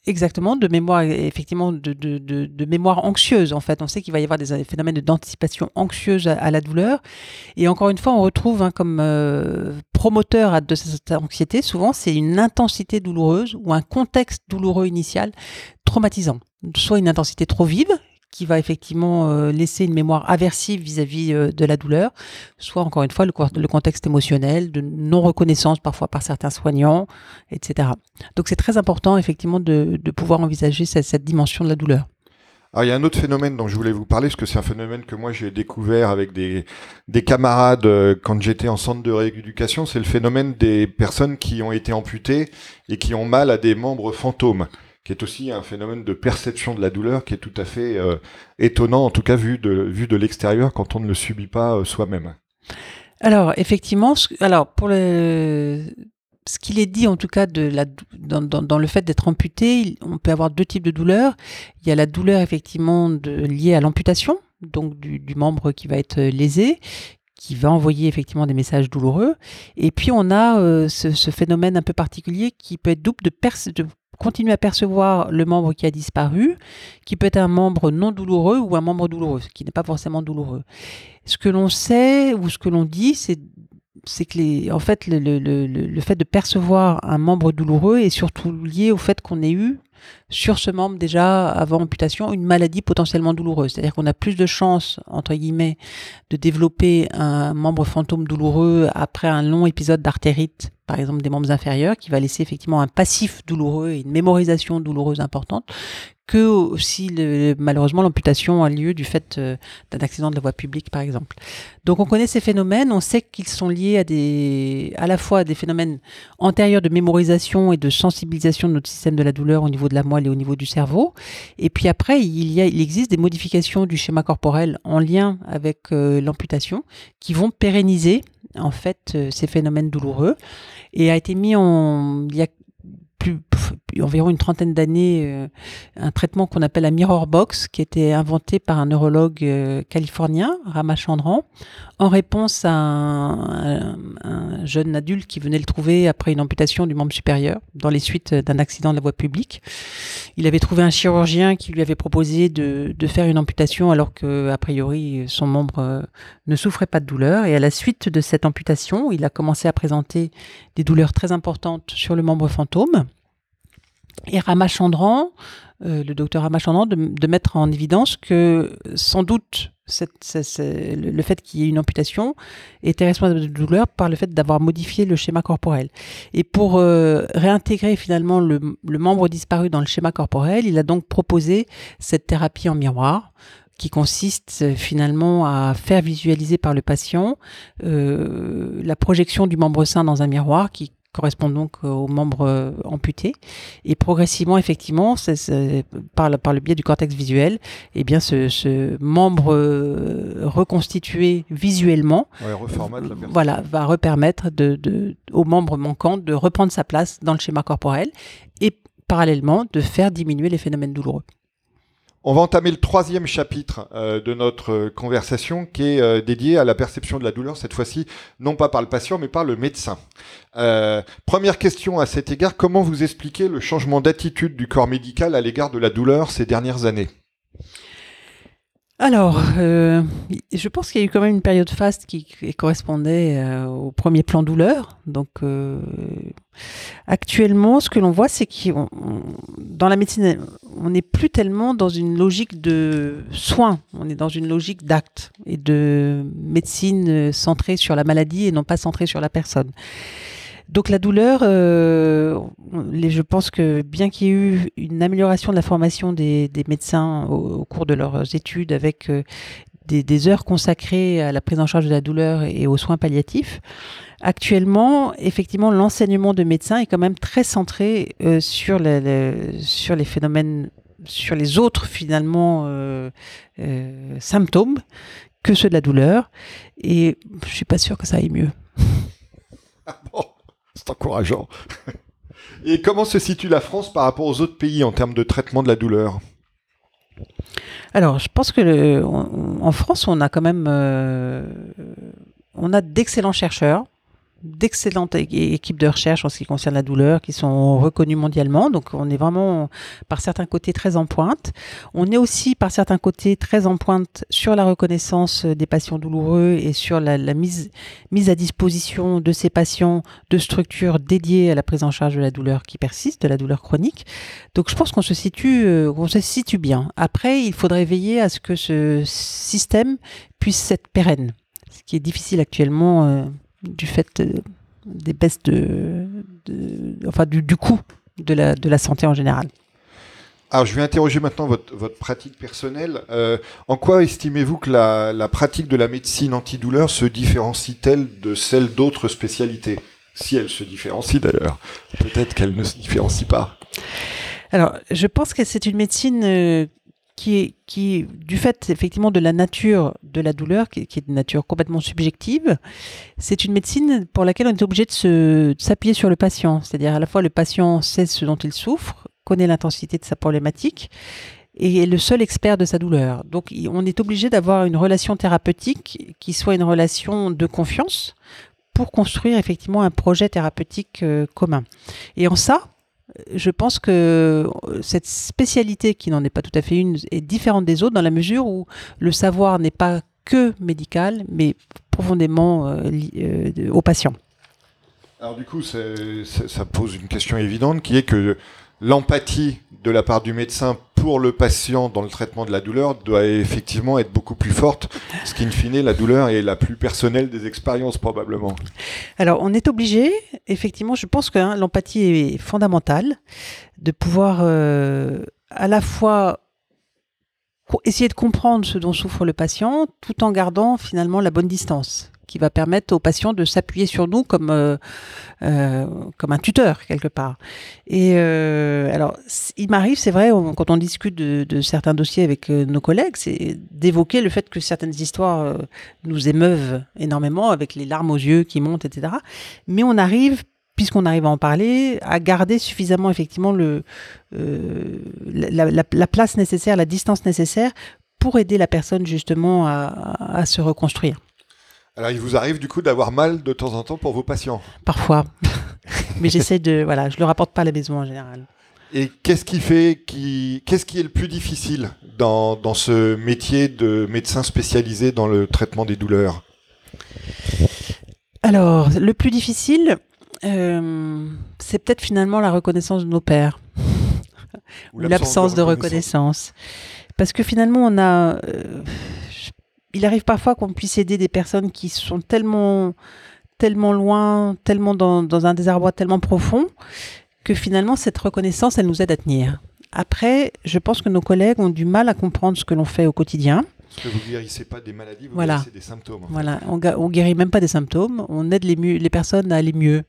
Exactement, de mémoire, effectivement, de, de, de, de mémoire anxieuse, en fait. On sait qu'il va y avoir des phénomènes d'anticipation anxieuse à, à la douleur. Et encore une fois, on retrouve hein, comme euh, promoteur de cette anxiété, souvent, c'est une intensité douloureuse ou un contexte douloureux initial traumatisant. Soit une intensité trop vive, qui va effectivement euh, laisser une mémoire aversive vis-à-vis euh, de la douleur, soit encore une fois le, le contexte émotionnel, de non-reconnaissance parfois par certains soignants, et cetera. Donc c'est très important effectivement de, de pouvoir envisager cette, cette dimension de la douleur. Alors, il y a un autre phénomène dont je voulais vous parler, parce que c'est un phénomène que moi j'ai découvert avec des, des camarades euh, quand j'étais en centre de rééducation, c'est le phénomène des personnes qui ont été amputées et qui ont mal à des membres fantômes, qui est aussi un phénomène de perception de la douleur qui est tout à fait euh, étonnant, en tout cas vu de, vu de l'extérieur, quand on ne le subit pas euh, soi-même. Alors, effectivement, alors pour le, ce qu'il est dit en tout cas de la, dans, dans, dans le fait d'être amputé, on peut avoir deux types de douleurs. Il y a la douleur effectivement de, liée à l'amputation, donc du, du membre qui va être lésé, qui va envoyer effectivement des messages douloureux. Et puis on a euh, ce, ce phénomène un peu particulier qui peut être double de, perce, de continuer à percevoir le membre qui a disparu, qui peut être un membre non douloureux ou un membre douloureux, qui n'est pas forcément douloureux. Ce que l'on sait ou ce que l'on dit, c'est, c'est que les, en fait, le, le, le, le fait de percevoir un membre douloureux est surtout lié au fait qu'on ait eu sur ce membre déjà avant amputation une maladie potentiellement douloureuse. C'est-à-dire qu'on a plus de chances, entre guillemets, de développer un membre fantôme douloureux après un long épisode d'artérite, par exemple des membres inférieurs, qui va laisser effectivement un passif douloureux et une mémorisation douloureuse importante, que si le, malheureusement l'amputation a lieu du fait euh, d'un accident de la voie publique par exemple. Donc on connaît ces phénomènes, on sait qu'ils sont liés à des, à la fois à des phénomènes antérieurs de mémorisation et de sensibilisation de notre système de la douleur au niveau de la moelle et au niveau du cerveau. Et puis après il y a, il existe des modifications du schéma corporel en lien avec euh, l'amputation qui vont pérenniser en fait euh, ces phénomènes douloureux, et a été mis en il y a Plus, environ une trentaine d'années, euh, un traitement qu'on appelle la Mirror Box, qui a été inventé par un neurologue euh, californien, Ramachandran, en réponse à un, un, un jeune adulte qui venait le trouver après une amputation du membre supérieur, dans les suites d'un accident de la voie publique. Il avait trouvé un chirurgien qui lui avait proposé de, de faire une amputation alors que, a priori, son membre euh, ne souffrait pas de douleur. Et à la suite de cette amputation, il a commencé à présenter des douleurs très importantes sur le membre fantôme. Et Ramachandran, euh, le docteur Ramachandran, de, de mettre en évidence que sans doute cette, cette, cette, le fait qu'il y ait une amputation était responsable de douleur par le fait d'avoir modifié le schéma corporel. Et pour euh, réintégrer finalement le, le membre disparu dans le schéma corporel, il a donc proposé cette thérapie en miroir, qui consiste euh, finalement à faire visualiser par le patient euh, la projection du membre sain dans un miroir qui correspond donc aux membres amputés, et progressivement effectivement c'est, c'est, par, le, par le biais du cortex visuel, eh bien ce, ce membre reconstitué visuellement ouais, reformate la personne. Voilà, va repermettre de, de, aux membres manquants de reprendre sa place dans le schéma corporel et parallèlement de faire diminuer les phénomènes douloureux. On va entamer le troisième chapitre euh, de notre euh, conversation qui est euh, dédié à la perception de la douleur, cette fois-ci non pas par le patient mais par le médecin. Euh, première question à cet égard, comment vous expliquez le changement d'attitude du corps médical à l'égard de la douleur ces dernières années ? Alors, euh, je pense qu'il y a eu quand même une période faste qui, qui correspondait euh, au premier plan douleur. Donc, euh, actuellement, ce que l'on voit, c'est que dans la médecine, on n'est plus tellement dans une logique de soins, on est dans une logique d'acte et de médecine centrée sur la maladie et non pas centrée sur la personne. Donc la douleur, euh, les, je pense que bien qu'il y ait eu une amélioration de la formation des, des médecins au, au cours de leurs études avec euh, des, des heures consacrées à la prise en charge de la douleur et aux soins palliatifs, actuellement, effectivement, l'enseignement de médecins est quand même très centré euh, sur, la, la, sur les phénomènes, sur les autres finalement euh, euh, symptômes que ceux de la douleur, et je ne suis pas sûre que ça aille mieux. Ah bon, c'est encourageant. Et comment se situe la France par rapport aux autres pays en termes de traitement de la douleur ? Alors, je pense que le, on, en France, on a quand même, euh, on a d'excellents chercheurs, d'excellentes é- équipes de recherche en ce qui concerne la douleur, qui sont reconnues mondialement. Donc, on est vraiment, par certains côtés, très en pointe. On est aussi, par certains côtés, très en pointe sur la reconnaissance des patients douloureux et sur la, la mise, mise à disposition de ces patients de structures dédiées à la prise en charge de la douleur qui persiste, de la douleur chronique. Donc, je pense qu'on se situe, euh, on se situe bien. Après, il faudrait veiller à ce que ce système puisse être pérenne, ce qui est difficile actuellement euh, du fait euh, des baisses de, de enfin du, du coût de la, de la santé en général. Alors, je vais interroger maintenant votre, votre pratique personnelle. Euh, en quoi estimez-vous que la, la pratique de la médecine antidouleur se différencie-t-elle de celle d'autres spécialités ? Si elle se différencie d'ailleurs. Peut-être qu'elle ne se différencie pas. Alors, je pense que c'est une médecine euh, qui est, qui, du fait effectivement de la nature de la douleur, qui, qui est de nature complètement subjective, c'est une médecine pour laquelle on est obligé de, se, de s'appuyer sur le patient. C'est-à-dire à la fois le patient sait ce dont il souffre, connaît l'intensité de sa problématique et est le seul expert de sa douleur. Donc on est obligé d'avoir une relation thérapeutique qui soit une relation de confiance pour construire effectivement un projet thérapeutique euh, commun. Et en ça, je pense que cette spécialité, qui n'en est pas tout à fait une, est différente des autres dans la mesure où le savoir n'est pas que médical, mais profondément euh, li- euh, au patient. Alors du coup, c'est, c'est, ça pose une question évidente qui est que l'empathie de la part du médecin pour le patient dans le traitement de la douleur doit effectivement être beaucoup plus forte, ce qui, in fine, la douleur est la plus personnelle des expériences probablement. Alors, on est obligé, effectivement, je pense que hein, l'empathie est fondamentale, de pouvoir euh, à la fois co- essayer de comprendre ce dont souffre le patient, tout en gardant finalement la bonne distance, qui va permettre au patient de s'appuyer sur nous comme, euh, euh, comme un tuteur, quelque part. Et euh, alors, c- il m'arrive, c'est vrai, on- quand on discute de, de certains dossiers avec euh, nos collègues, c'est d'évoquer le fait que certaines histoires euh, nous émeuvent énormément, avec les larmes aux yeux qui montent, et cetera. Mais on arrive, puisqu'on arrive à en parler, à garder suffisamment, effectivement, le, euh, la, la- la place nécessaire, la distance nécessaire pour aider la personne, justement, à, à- à se reconstruire. Alors il vous arrive du coup d'avoir mal de temps en temps pour vos patients. Parfois. Mais j'essaie de... Voilà, je ne le rapporte pas à la maison en général. Et qu'est-ce qui fait, qui, qu'est-ce qui est le plus difficile dans, dans ce métier de médecin spécialisé dans le traitement des douleurs ? Alors, le plus difficile, euh, c'est peut-être finalement la reconnaissance de nos pères. Ou l'absence de reconnaissance. Parce que finalement, on a... euh, il arrive parfois qu'on puisse aider des personnes qui sont tellement, tellement loin, tellement dans, dans un désarroi tellement profond, que finalement, cette reconnaissance, elle nous aide à tenir. Après, je pense que nos collègues ont du mal à comprendre ce que l'on fait au quotidien. Parce que vous guérissez pas des maladies, vous Voilà. guérissez des symptômes. En fait. Voilà, on, ga- on guérit même pas des symptômes, on aide les, mu- les personnes à aller mieux,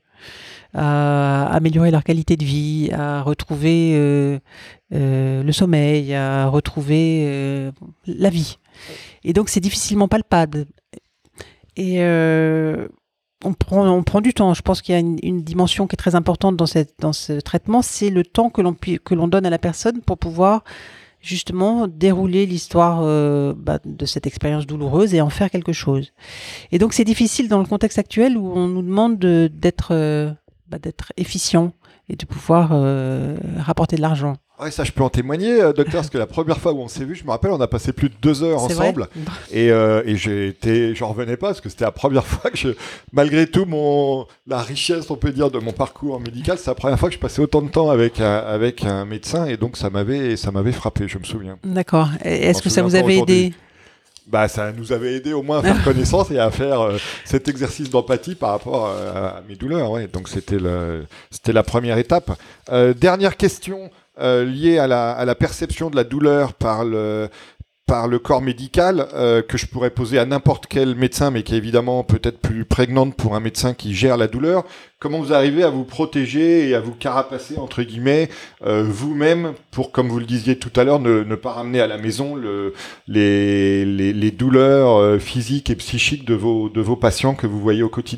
à améliorer leur qualité de vie, à retrouver euh, euh, le sommeil, à retrouver euh, la vie. Et donc c'est difficilement palpable. Et euh, on prend, on prend du temps. Je pense qu'il y a une, une dimension qui est très importante dans, cette, dans ce traitement, c'est le temps que l'on, pu- que l'on donne à la personne pour pouvoir justement dérouler l'histoire euh, bah, de cette expérience douloureuse et en faire quelque chose. Et donc c'est difficile dans le contexte actuel où on nous demande de, d'être, euh, bah, d'être efficient et de pouvoir euh, rapporter de l'argent. Ouais, ça je peux en témoigner, euh, docteur, parce que la première fois où on s'est vu, je me rappelle, on a passé plus de deux heures C'est ensemble, vrai et, euh, et j'ai été, j'en revenais pas parce que c'était la première fois que je, malgré tout mon la richesse, on peut dire, de mon parcours médical, c'est la première fois que je passais autant de temps avec un, avec un médecin, et donc ça m'avait, ça m'avait frappé, je me souviens. D'accord. Et est-ce m'en que ça souviens vous encore avait aujourd'hui. aidé ? Bah, ça nous avait aidé au moins à faire connaissance et à faire euh, cet exercice d'empathie par rapport euh, à mes douleurs. Ouais. Donc c'était le, c'était la première étape. Euh, dernière question euh, liée à la, à la perception de la douleur par le, par le corps médical euh, que je pourrais poser à n'importe quel médecin, mais qui est évidemment peut-être plus prégnante pour un médecin qui gère la douleur. Comment vous arrivez à vous protéger et à vous carapacer, entre guillemets, euh, vous-même, pour, comme vous le disiez tout à l'heure, ne, ne pas ramener à la maison le, les, les, les douleurs euh, physiques et psychiques de vos, de vos patients que vous voyez au quotidien ?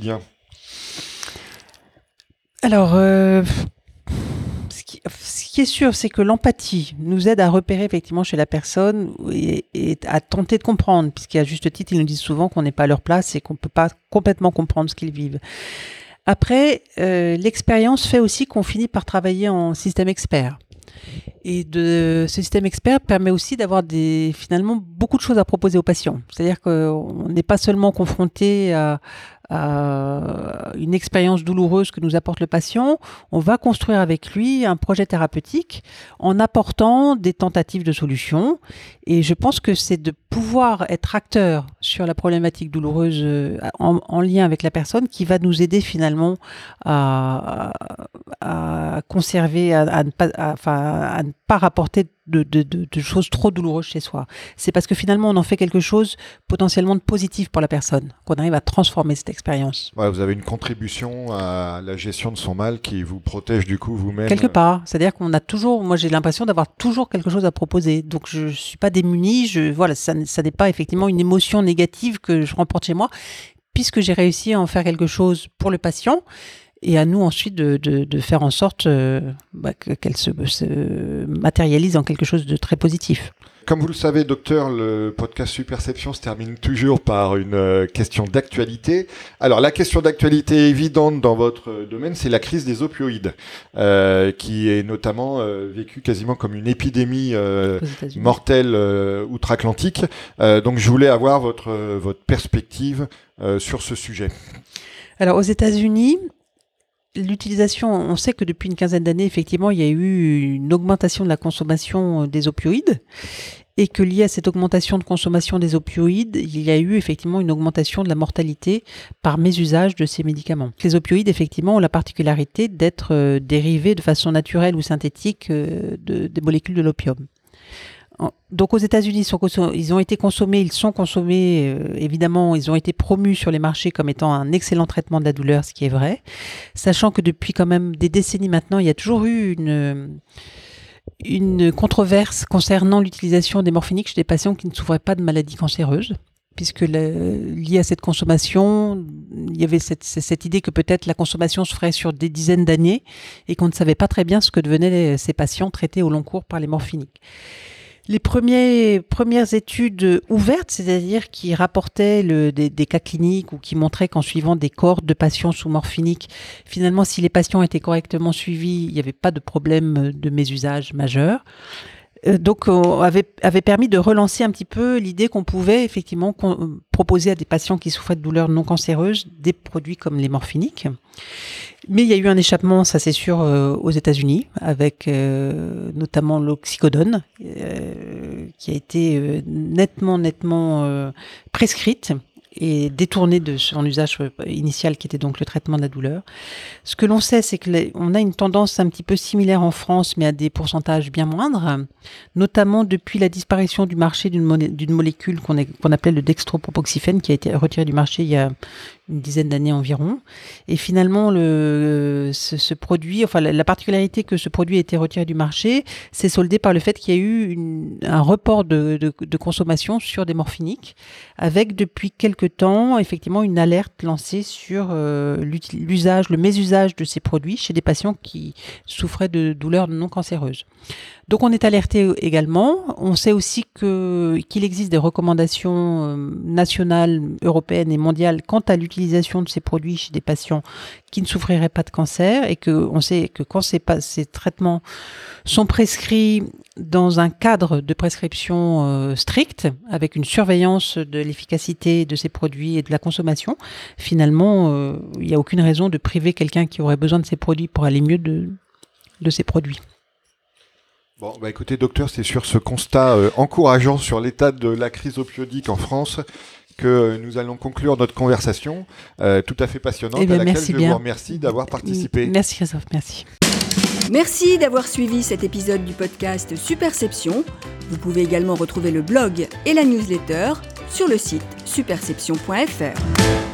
Alors, euh, ce, qui, ce qui est sûr, c'est que l'empathie nous aide à repérer effectivement chez la personne et, et à tenter de comprendre, puisqu'à juste titre, ils nous disent souvent qu'on n'est pas à leur place et qu'on ne peut pas complètement comprendre ce qu'ils vivent. Après, euh, l'expérience fait aussi qu'on finit par travailler en système expert. Et de ce système expert permet aussi d'avoir des, finalement beaucoup de choses à proposer aux patients. C'est-à-dire qu'on n'est pas seulement confronté à, à une expérience douloureuse que nous apporte le patient, on va construire avec lui un projet thérapeutique en apportant des tentatives de solutions. Et je pense que c'est de pouvoir être acteur sur la problématique douloureuse en, en lien avec la personne qui va nous aider finalement à, à, à conserver, à, à, ne pas, à, enfin, à ne pas rapporter de, de, de, de choses trop douloureuses chez soi. C'est parce que finalement on en fait quelque chose potentiellement de positif pour la personne, qu'on arrive à transformer cette expérience. Ouais, vous avez une contribution à la gestion de son mal qui vous protège du coup vous-même. Quelque part, c'est-à-dire qu'on a toujours, moi j'ai l'impression d'avoir toujours quelque chose à proposer, donc je suis pas démunie, je, voilà, ça, ça n'est pas effectivement une émotion négative que je remporte chez moi, puisque j'ai réussi à en faire quelque chose pour le patient. Et à nous ensuite de, de, de faire en sorte euh, bah, qu'elle se, se matérialise en quelque chose de très positif. Comme vous le savez, docteur, le podcast Superception se termine toujours par une euh, question d'actualité. Alors, la question d'actualité évidente dans votre domaine, c'est la crise des opioïdes, euh, qui est notamment euh, vécue quasiment comme une épidémie euh, mortelle euh, outre-Atlantique. Euh, donc, je voulais avoir votre, euh, votre perspective euh, sur ce sujet. Alors, aux États-Unis, l'utilisation, on sait que depuis une quinzaine d'années, effectivement, il y a eu une augmentation de la consommation des opioïdes et que lié à cette augmentation de consommation des opioïdes, il y a eu effectivement une augmentation de la mortalité par mésusage de ces médicaments. Les opioïdes, effectivement, ont la particularité d'être euh, dérivés de façon naturelle ou synthétique euh, de, des molécules de l'opium. Donc aux États-Unis, ils, sont consomm- ils ont été consommés, ils sont consommés, euh, évidemment, ils ont été promus sur les marchés comme étant un excellent traitement de la douleur, ce qui est vrai, sachant que depuis quand même des décennies maintenant, il y a toujours eu une, une controverse concernant l'utilisation des morphiniques chez des patients qui ne souffraient pas de maladies cancéreuses, puisque le, lié à cette consommation, il y avait cette, cette idée que peut-être la consommation se ferait sur des dizaines d'années et qu'on ne savait pas très bien ce que devenaient ces patients traités au long cours par les morphiniques. Les premiers, premières études ouvertes, c'est-à-dire qui rapportaient le, des, des cas cliniques ou qui montraient qu'en suivant des cohortes de patients sous morphinique, finalement, si les patients étaient correctement suivis, il n'y avait pas de problème de mésusage majeur. Euh, donc, on avait, avait permis de relancer un petit peu l'idée qu'on pouvait effectivement qu'on, proposer à des patients qui souffraient de douleurs non cancéreuses des produits comme les morphiniques. Mais il y a eu un échappement, ça c'est sûr, euh, aux États-Unis, avec euh, notamment l'oxycodone, euh, qui a été euh, nettement, nettement euh, prescrite et détournée de son usage initial, qui était donc le traitement de la douleur. Ce que l'on sait, c'est qu'on a une tendance un petit peu similaire en France, mais à des pourcentages bien moindres, notamment depuis la disparition du marché d'une, mo- d'une molécule qu'on, est, qu'on appelait le dextropropoxyphène, qui a été retiré du marché il y a une dizaine d'années environ. Et finalement, le, ce, ce produit, enfin la, la particularité que ce produit a été retiré du marché, c'est soldé par le fait qu'il y a eu une, un report de, de, de consommation sur des morphiniques, avec depuis quelques temps, effectivement, une alerte lancée sur euh, l'usage, le mésusage de ces produits chez des patients qui souffraient de douleurs non cancéreuses. Donc on est alerté également. On sait aussi que, qu'il existe des recommandations euh, nationales, européennes et mondiales quant à l'utilisation de ces produits chez des patients qui ne souffriraient pas de cancer, et que on sait que quand ces, ces traitements sont prescrits dans un cadre de prescription euh, strict, avec une surveillance de l'efficacité de ces produits et de la consommation, finalement, euh, il n'y a aucune raison de priver quelqu'un qui aurait besoin de ces produits pour aller mieux de, de ces produits. Bon, bah écoutez, docteur, c'est sur ce constat euh, encourageant sur l'état de la crise opioïdique en France que nous allons conclure notre conversation, euh, tout à fait passionnante, eh bien, à laquelle je bien. vous remercie d'avoir participé. Merci Christophe, merci. Merci d'avoir suivi cet épisode du podcast Superception. Vous pouvez également retrouver le blog et la newsletter sur le site superception point f r.